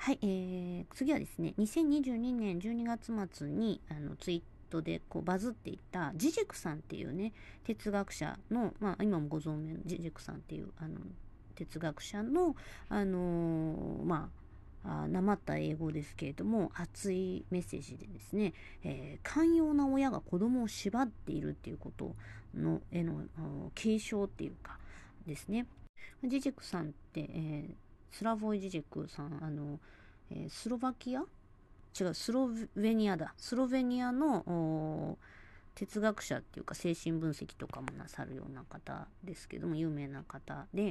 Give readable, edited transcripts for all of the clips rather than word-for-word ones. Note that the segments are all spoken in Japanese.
はい、次はですね、2022年12月末にツイートでこうバズっていたジジェクさんっていうね、哲学者の、今もご存命のジジェクさんっていう哲学者の、なまった英語ですけれども、熱いメッセージでですね、寛容な親が子供を縛っているっていうことのへの継承っていうかですね。ジジェクさんって、スラボイ・ジジェクさん、スロバキア違う、スロベニアだ。スロベニアの哲学者っていうか精神分析とかもなさるような方ですけども、有名な方で、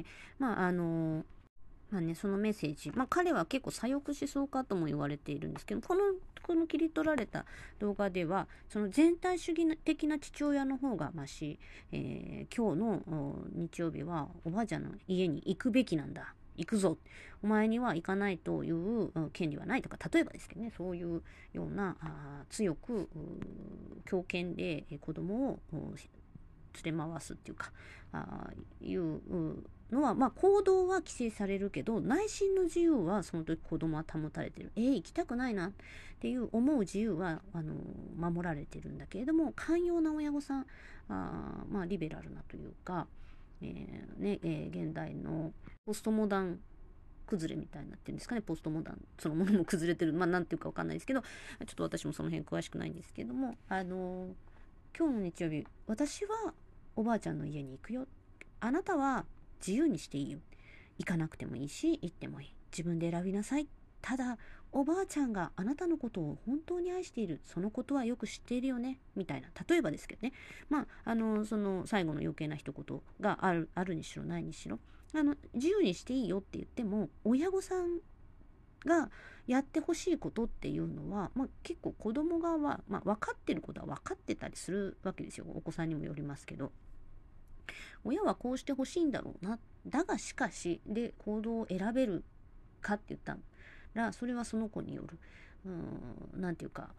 そのメッセージ、彼は結構左翼思想家とも言われているんですけど、この切り取られた動画では、その全体主義的な父親の方がまし、今日の日曜日はおばあちゃんの家に行くべきなんだ。行くぞ。お前には行かないという権利はないとか、例えばですけどね、そういうような強く強権で子供を連れ回すっていうか、いうのは、行動は規制されるけど、内心の自由はその時子供は保たれてる。行きたくないなっていう思う自由は、守られてるんだけれども、寛容な親御さん、リベラルなというか、現代のポストモダン崩れみたいになってるんですかね。ポストモダンそのものも崩れてる。なんていうかわかんないですけど、ちょっと私もその辺詳しくないんですけども、今日の日曜日、私はおばあちゃんの家に行くよ。あなたは自由にしていいよ。行かなくてもいいし、行ってもいい。自分で選びなさい。ただ、おばあちゃんがあなたのことを本当に愛している。そのことはよく知っているよね。みたいな。例えばですけどね。その最後の余計な一言があるにしろないにしろ。自由にしていいよって言っても、親御さんがやってほしいことっていうのは、結構子供側は、分かってることは分かってたりするわけですよ。お子さんにもよりますけど。親はこうしてほしいんだろうな。だがしかし、で、行動を選べるかって言ったら、それはその子による。なんていうか、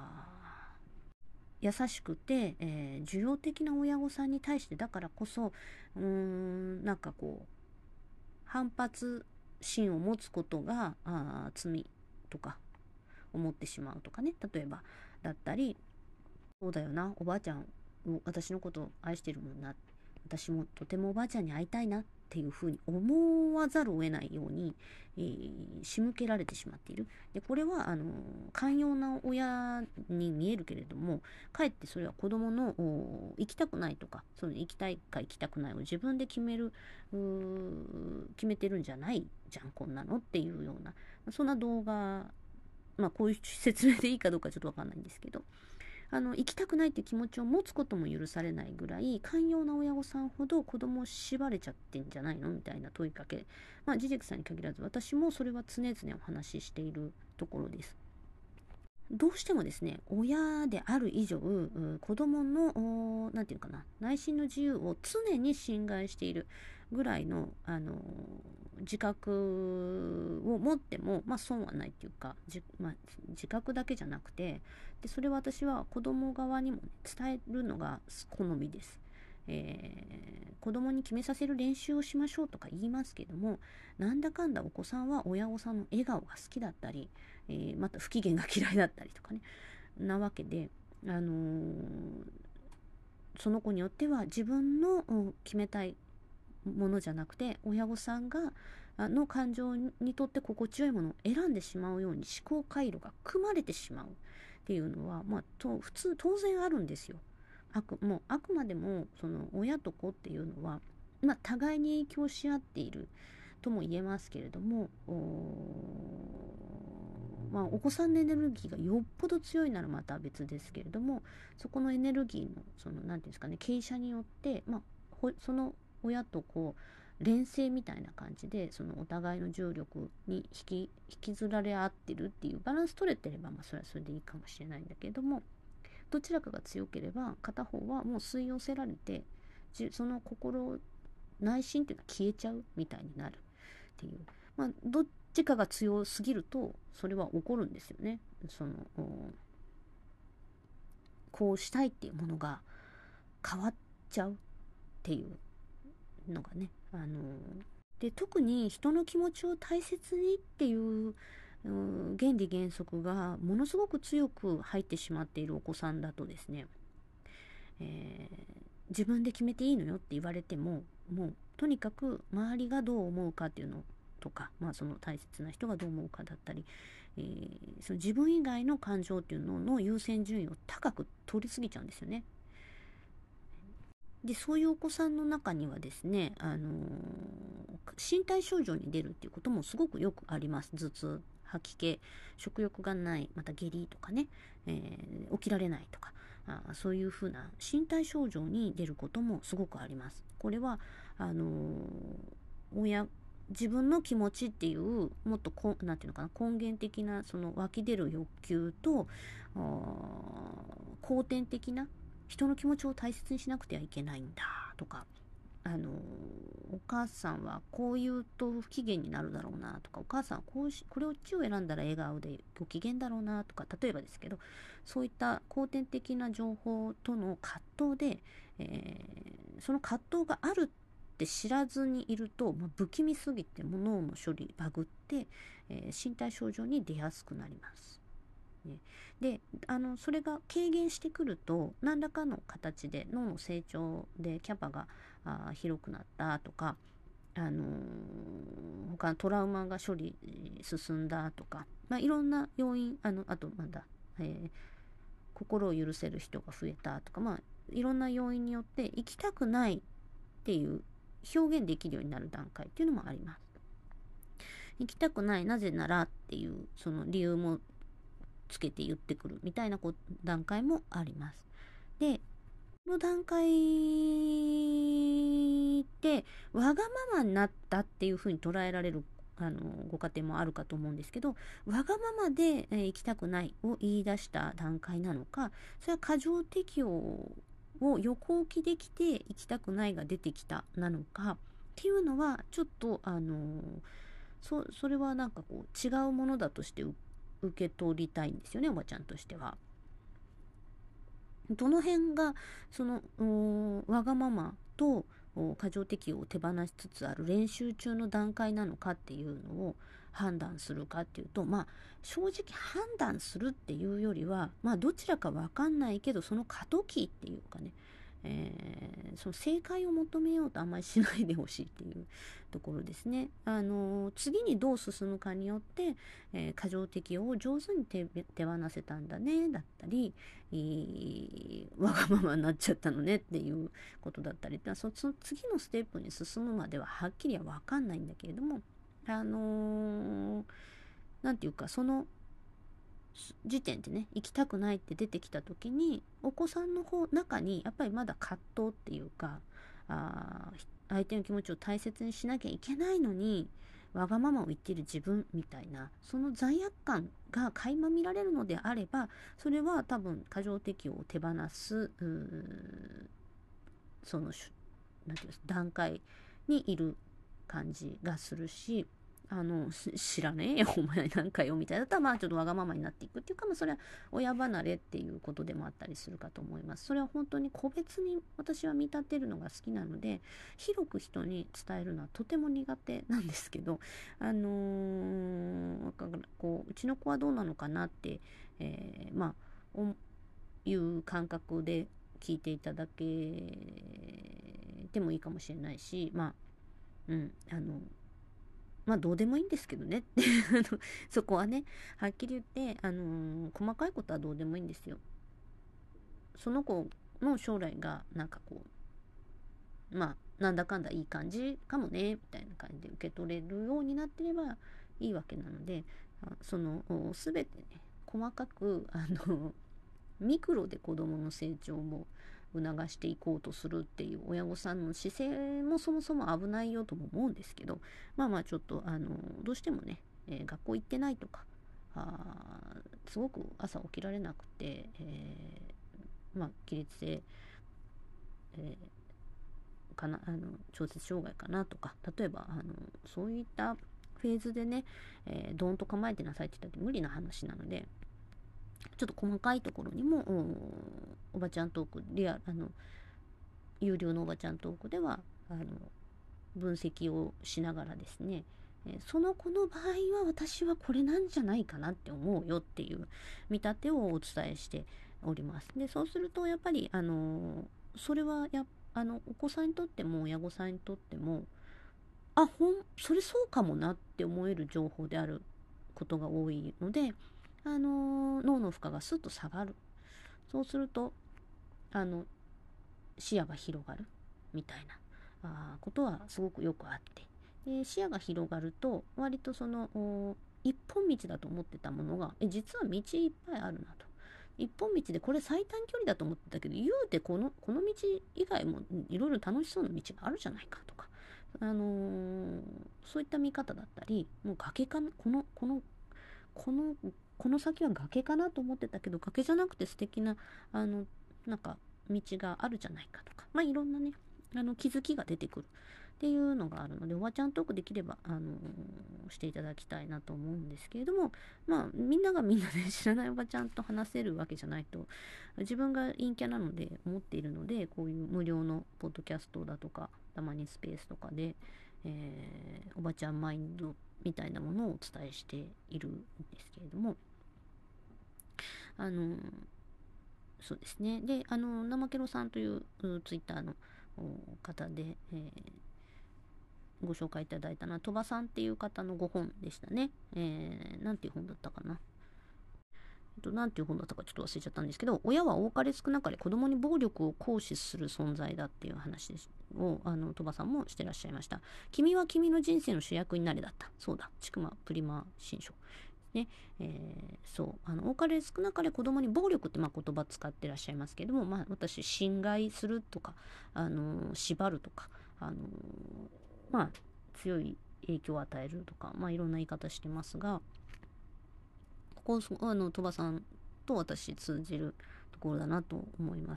優しくて、受容的な親御さんに対してだからこそ、反発心を持つことが罪とか思ってしまうとかね、例えばだったり、そうだよな、おばあちゃん私のことを愛してるもんな、私もとてもおばあちゃんに会いたいなっていうふうに思わざるを得ないように、仕向けられてしまっている。でこれは寛容な親に見えるけれども、かえってそれは子供の行きたくないとか、その行きたいか行きたくないを自分で決めてるんじゃないじゃんこんなのっていうような、そんな動画、こういう説明でいいかどうかちょっとわかんないんですけど、行きたくないっていう気持ちを持つことも許されないぐらい、寛容な親御さんほど子供を縛れちゃってんじゃないのみたいな問いかけ。ジジェクさんに限らず、私もそれは常々お話ししているところです。どうしてもですね、親である以上、子供の、なんていうかな、内心の自由を常に侵害しているぐらいの、自覚を持っても、損はないっていうか、自覚だけじゃなくて、で、それは私は子供側にも、ね、伝えるのが好みです。子供に決めさせる練習をしましょうとか言いますけども、なんだかんだお子さんは親御さんの笑顔が好きだったり、また不機嫌が嫌いだったりとかね、なわけで、その子によっては自分の決めたいものじゃなくて、親御さんがの感情にとって心地よいものを選んでしまうように思考回路が組まれてしまうっていうのは、普通当然あるんですよ。もうあくまでもその親と子っていうのは、互いに影響し合っているとも言えますけれども、お子さんのエネルギーがよっぽど強いならまた別ですけれども、そこのエネルギーのそのなんていうんですかね、傾斜によって、その親と連性みたいな感じで、そのお互いの重力に引きずられ合ってるっていうバランス取れてれば、それはそれでいいかもしれないんだけれども、どちらかが強ければ片方はもう吸い寄せられて、その内心っていうのは消えちゃうみたいになるっていう、どっちかが強すぎるとそれは起こるんですよね。こうしたいっていうものが変わっちゃうっていうのがね、で特に人の気持ちを大切にっていう原理原則がものすごく強く入ってしまっているお子さんだとですね、自分で決めていいのよって言われても、もうとにかく周りがどう思うかっていうのとか、その大切な人がどう思うかだったり、その自分以外の感情っていうのの優先順位を高く取りすぎちゃうんですよね。で、そういうお子さんの中にはですね、身体症状に出るっていうこともすごくよくあります。頭痛、吐き気、食欲がない、また下痢とかね、起きられないとか、そういうふうな身体症状に出ることもすごくあります。これは、自分の気持ちっていう、もっとなんていうのかな、根源的な、その湧き出る欲求と、後天的な、人の気持ちを大切にしなくてはいけないんだとか、お母さんはこう言うと不機嫌になるだろうなとか、お母さんはこれを選んだら笑顔でご機嫌だろうなとか、例えばですけど、そういった後天的な情報との葛藤で、その葛藤があるって知らずにいると、不気味すぎて脳の処理バグって、身体症状に出やすくなります。で、それが軽減してくると、何らかの形で脳の成長でキャパが広くなったとか、他のトラウマが処理進んだとか、いろんな要因、あと心を許せる人が増えたとか、いろんな要因によって生きたくないっていう表現できるようになる段階っていうのもあります。生きたくない、なぜならっていうその理由もつけて言ってくるみたいな段階もあります。で、この段階ってわがままになったっていうふうに捉えられるご家庭もあるかと思うんですけど、わがままで、生きたくないを言い出した段階なのか、それは過剰適応を横置きできて生きたくないが出てきたなのかっていうのはちょっとそれはなんかこう違うものだとして受け取りたいんですよね、おばちゃんとしては。どの辺がそのわがままと過剰適応を手放しつつある練習中の段階なのかっていうのを判断するかっていうと、正直判断するっていうよりは、どちらか分かんないけど、その過渡期っていうかね、その正解を求めようとあんまりしないでほしいっていうところですね。次にどう進むかによって、過剰適応を上手に手放せたんだねだったり、わがままになっちゃったのねっていうことだったり、その次のステップに進むまでははっきりは分かんないんだけれども、なんていうか、その時点でね、行きたくないって出てきた時に、お子さんの中にやっぱりまだ葛藤っていうか、相手の気持ちを大切にしなきゃいけないのにわがままを言っている自分みたいな、その罪悪感が垣間見られるのであれば、それは多分過剰適応を手放すそのなんていう段階にいる感じがするし、知らねえよお前なんかよみたいだったら、ちょっとわがままになっていくっていうか、それは親離れっていうことでもあったりするかと思います。それは本当に個別に私は見立てるのが好きなので、広く人に伝えるのはとても苦手なんですけど、うちの子はどうなのかなって、いう感覚で聞いていただけてもいいかもしれないし、どうでもいいんですけどねってそこはね、はっきり言って、細かいことはどうでもいいんですよ。その子の将来がなんかこう、なんだかんだいい感じかもねみたいな感じで受け取れるようになってればいいわけなので、その全てね、細かくミクロで子どもの成長も促していこうとするっていう親御さんの姿勢もそもそも危ないよとも思うんですけど、ちょっとどうしてもね、学校行ってないとか、すごく朝起きられなくて、起立性、調節障害かなとか、例えばそういったフェーズでね、ドーンと構えてなさいって言ったって無理な話なので、ちょっと細かいところにもおばちゃんトーク有料のおばちゃんトークでは分析をしながらですね、 その子の場合は私はこれなんじゃないかなって思うよっていう見立てをお伝えしております。で、そうするとやっぱりそれはお子さんにとっても親御さんにとっても、それそうかもなって思える情報であることが多いので、脳の負荷がスッと下がる。そうすると視野が広がるみたいなことはすごくよくあって、で視野が広がると割と一本道だと思ってたものが実は道いっぱいあるなと。一本道でこれ最短距離だと思ってたけど、言うてこの道以外もいろいろ楽しそうな道があるじゃないかとか、そういった見方だったり、もう崖かな、この先は崖かなと思ってたけど、崖じゃなくて素敵ななんか道があるじゃないかとか、いろんなね気づきが出てくるっていうのがあるので、おばちゃんトークできればしていただきたいなと思うんですけれども、みんながみんなで知らないおばちゃんと話せるわけじゃないと自分が陰キャなので思っているので、こういう無料のポッドキャストだとかたまにスペースとかで、おばちゃんマインドみたいなものをお伝えしているんですけれども、そうですね。で、生ケロさんというツイッターの方で、ご紹介いただいたのは、鳥羽さんっていう方のご本でしたね。なんていう本だったかな。なんていう本だったかちょっと忘れちゃったんですけど、親は多かれ少なかれ子供に暴力を行使する存在だっていう話ですを、鳥羽さんもしてらっしゃいました。君は君の人生の主役になれだった。そうだ。ちくまプリマ新書。ね、そう、多かれ少なかれ子供に暴力って言葉使ってらっしゃいますけども、私、侵害するとか、縛るとか、強い影響を与えるとか、いろんな言い方してますが、ここ、鳥羽さんと私通じるところだなと思います。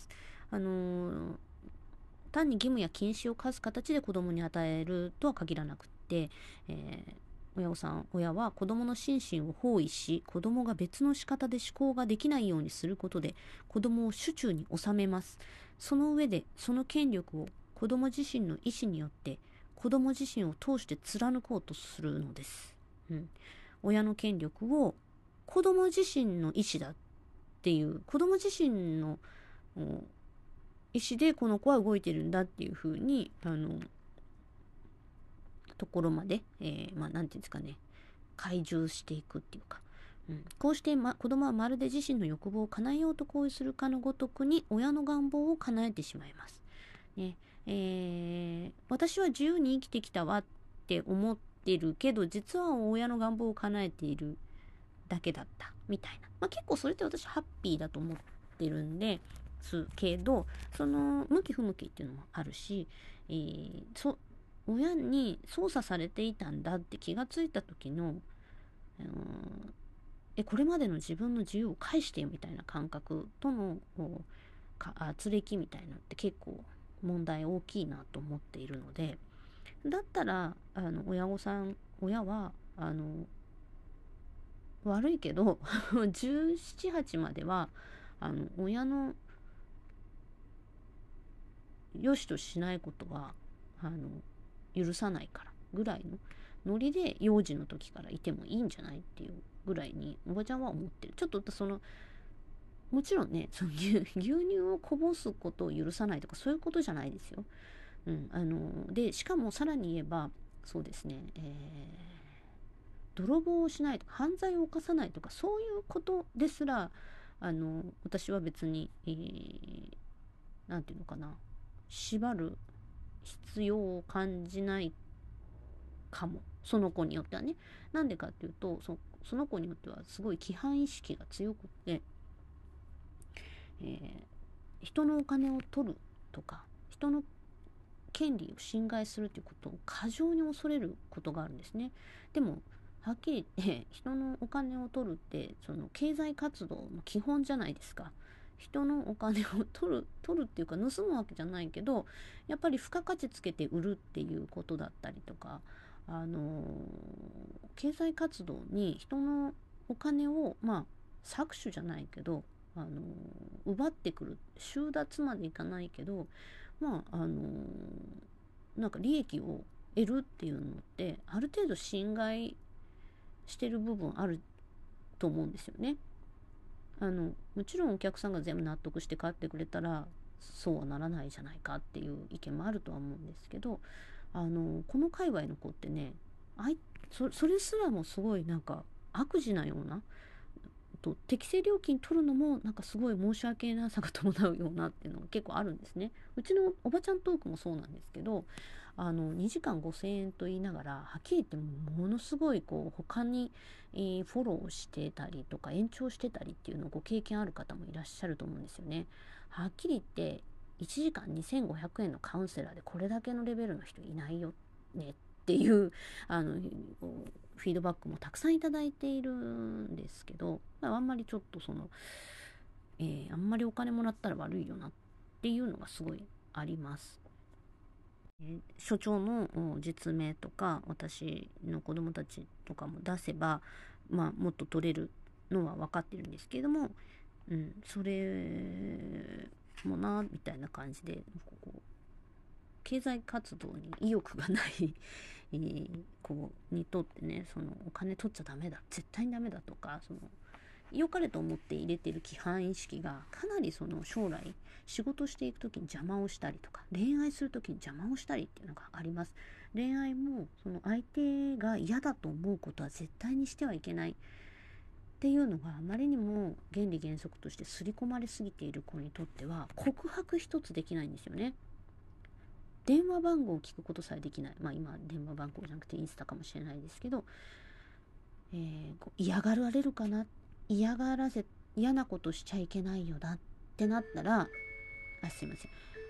単に義務や禁止を課す形で子供に与えるとは限らなくって、親は子供の心身を包囲し、子供が別の仕方で思考ができないようにすることで子供を手中に収めます。その上でその権力を子供自身の意思によって子供自身を通して貫こうとするのです。親の権力を子供自身の意思だっていう、子供自身の意思でこの子は動いてるんだっていう風にところまで、なんていうんですかね、懐柔していくっていうか、こうして、子供はまるで自身の欲望を叶えようと行為するかのごとくに親の願望を叶えてしまいます。ね私は自由に生きてきたわって思ってるけど、実は親の願望を叶えているだけだったみたいな、結構それって私ハッピーだと思ってるんですけど、その向き不向きっていうのもあるし、親に操作されていたんだって気がついた時の、これまでの自分の自由を返してみたいな感覚との圧力みたいなのって結構問題大きいなと思っているので、だったら親は悪いけど17、8までは親の良しとしないことは許さないからぐらいのノリで幼児の時からいてもいいんじゃないっていうぐらいにおばちゃんは思ってる。ちょっともちろんね、牛乳をこぼすことを許さないとかそういうことじゃないですよ。でしかもさらに言えばそうですね、泥棒をしないとか犯罪を犯さないとかそういうことですら私は別に、なんていうのかな、縛る必要を感じないかも、その子によってはね。なんでかっていうとその子によってはすごい規範意識が強くって、人のお金を取るとか人の権利を侵害するということを過剰に恐れることがあるんですね。でもはっきり言って人のお金を取るってその経済活動の基本じゃないですか。人のお金を取るっていうか盗むわけじゃないけど、やっぱり付加価値つけて売るっていうことだったりとか、経済活動に人のお金を搾取じゃないけど奪ってくる、収奪までいかないけど、なんか利益を得るっていうのってある程度侵害してる部分あると思うんですよね。もちろんお客さんが全部納得して買ってくれたらそうはならないじゃないかっていう意見もあるとは思うんですけど、この界隈の子ってね、それすらもすごいなんか悪事なような適正料金取るのもなんかすごい申し訳なさが伴うようなっていうのが結構あるんですね。うちのおばちゃんトークもそうなんですけど、2時間5000円と言いながらはっきり言ってものすごいこう他に、フォローしてたりとか延長してたりっていうのをご経験ある方もいらっしゃると思うんですよね。はっきり言って1時間2500円のカウンセラーでこれだけのレベルの人いないよねっていうフィードバックもたくさんいただいているんですけど、あんまりちょっとあんまりお金もらったら悪いよなっていうのがすごいあります。所長の実名とか私の子供たちとかも出せば、もっと取れるのは分かってるんですけれども、それもなみたいな感じで経済活動に意欲がない子にとってね、お金取っちゃダメだ、絶対にダメだとか、良かれと思って入れてる規範意識がかなり将来仕事していく時に邪魔をしたりとか、恋愛する時に邪魔をしたりっていうのがあります。恋愛も相手が嫌だと思うことは絶対にしてはいけないっていうのがあまりにも原理原則として刷り込まれすぎている子にとっては告白一つできないんですよね。電話番号を聞くことさえできない。今電話番号じゃなくてインスタかもしれないですけど、嫌がられるかな、嫌なことしちゃいけないよなってなったら、すいません、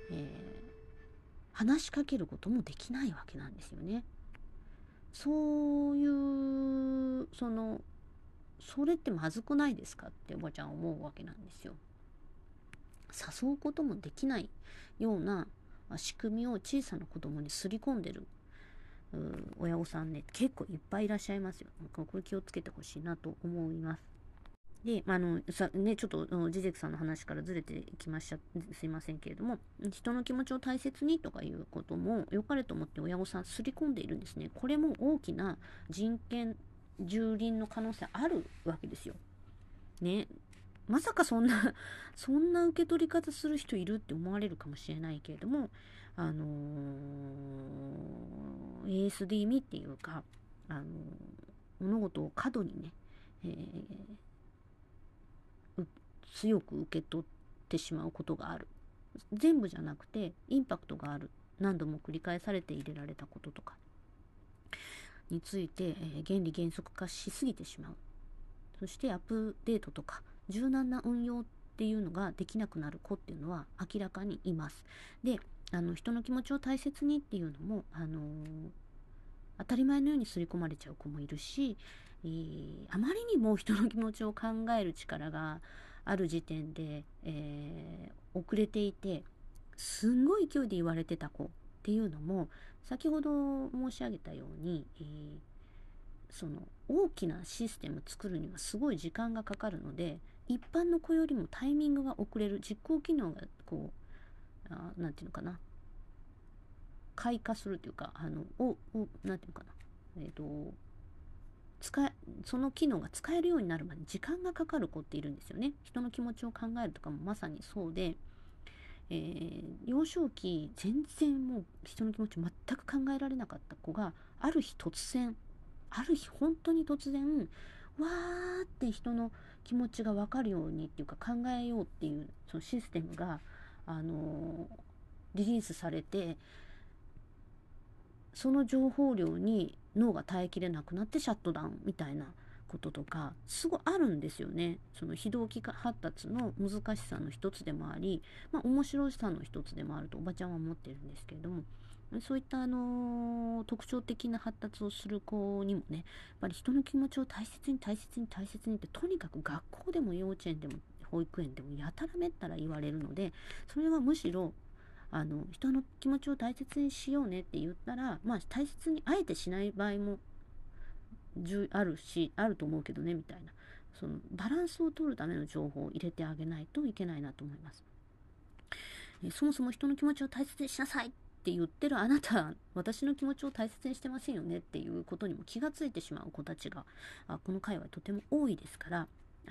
話しかけることもできないわけなんですよね。そういうそれってまずくないですかっておばちゃん思うわけなんですよ。誘うこともできないような仕組みを小さな子供にすり込んでる親御さんね、結構いっぱいいらっしゃいますよ。これ気をつけてほしいなと思います。で、ちょっとジゼクさんの話からずれてきました。すいませんけれども、人の気持ちを大切にとかいうことも良かれと思って親御さんすり込んでいるんですね。これも大きな人権蹂躙の可能性あるわけですよ。ね。まさかそんな受け取り方する人いるって思われるかもしれないけれども、ASD 味っていうか、物事を過度にね、強く受け取ってしまうことがある。全部じゃなくてインパクトがある、何度も繰り返されて入れられたこととかについて、原理原則化しすぎてしまう。そしてアップデートとか柔軟な運用っていうのができなくなる子っていうのは明らかにいます。で、人の気持ちを大切にっていうのも、当たり前のように刷り込まれちゃう子もいるし、あまりにも人の気持ちを考える力がある時点で、遅れていて、すんごい勢いで言われてた子っていうのも、先ほど申し上げたように、大きなシステム作るにはすごい時間がかかるので、一般の子よりもタイミングが遅れる、実行機能がなんていうのかな、開花するというか、なんていうのかな、その機能が使えるようになるまで時間がかかる子っているんですよね。人の気持ちを考えるとかもまさにそうで、幼少期全然もう人の気持ち全く考えられなかった子がある日本当に突然わーって人の気持ちが分かるようにっていうか考えようっていうそのシステムが、リリースされて、その情報量に脳が耐えきれなくなってシャットダウンみたいなこととかすごいあるんですよね。その非同期発達の難しさの一つでもあり、面白さの一つでもあるとおばちゃんは思ってるんですけれども、そういった特徴的な発達をする子にもね、やっぱり人の気持ちを大切に大切に大切にってとにかく学校でも幼稚園でも保育園でもやたらめったら言われるので、それはむしろ人の気持ちを大切にしようねって言ったら、大切にあえてしない場合もあると思うけどねみたいな、そのバランスを取るための情報を入れてあげないといけないなと思います。そもそも人の気持ちを大切にしなさいっって言ってるあなた、私の気持ちを大切にしてませんよねっていうことにも気がついてしまう子たちがこの界隈とても多いですから、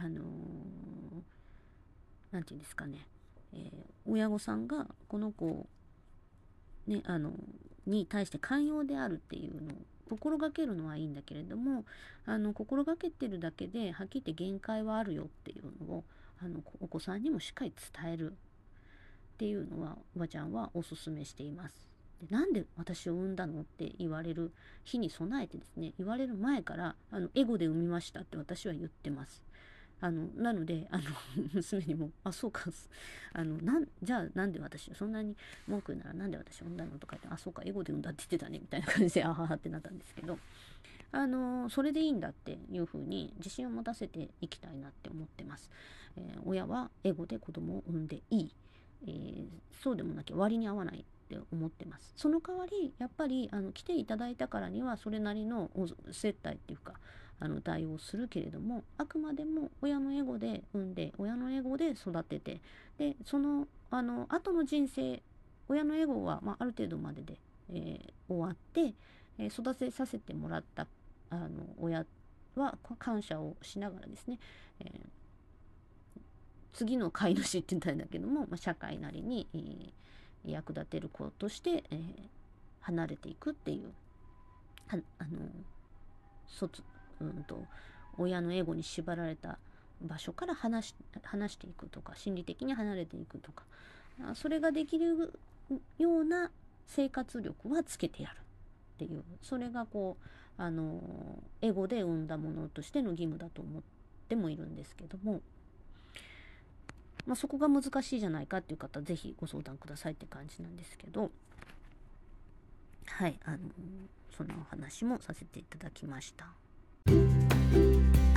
なんていうんですかね、親御さんがこの子、ね、に対して寛容であるっていうのを心がけるのはいいんだけれども、心がけてるだけではっきり言って限界はあるよっていうのをお子さんにもしっかり伝えるっていうのはおばちゃんはおすすめしています。で、なんで私を産んだのって言われる日に備えてですね、言われる前からエゴで産みましたって私は言ってます。なので娘にもそうか、じゃあなんで私そんなに文句ならなんで私を産んだのとか言って、そうかエゴで産んだって言ってたねみたいな感じでははってなったんですけど、それでいいんだっていうふうに自信を持たせていきたいなって思ってます。親はエゴで子供を産んでいい、そうでもなきゃ割に合わないって思ってます。その代わりやっぱり来ていただいたからにはそれなりの接待っていうか対応するけれども、あくまでも親のエゴで産んで親のエゴで育てて、でその後の人生、親のエゴは、ある程度までで、終わって、育てさせてもらった親は感謝をしながらですね、次の飼い主って言ったんだけども、社会なりに、役立てる子として、離れていくっていう親のエゴに縛られた場所から離していくとか、心理的に離れていくとか、それができるような生活力はつけてやるっていう、それがエゴで生んだものとしての義務だと思ってもいるんですけども、そこが難しいじゃないかっていう方はぜひご相談くださいって感じなんですけど、はい、そんなお話もさせていただきました。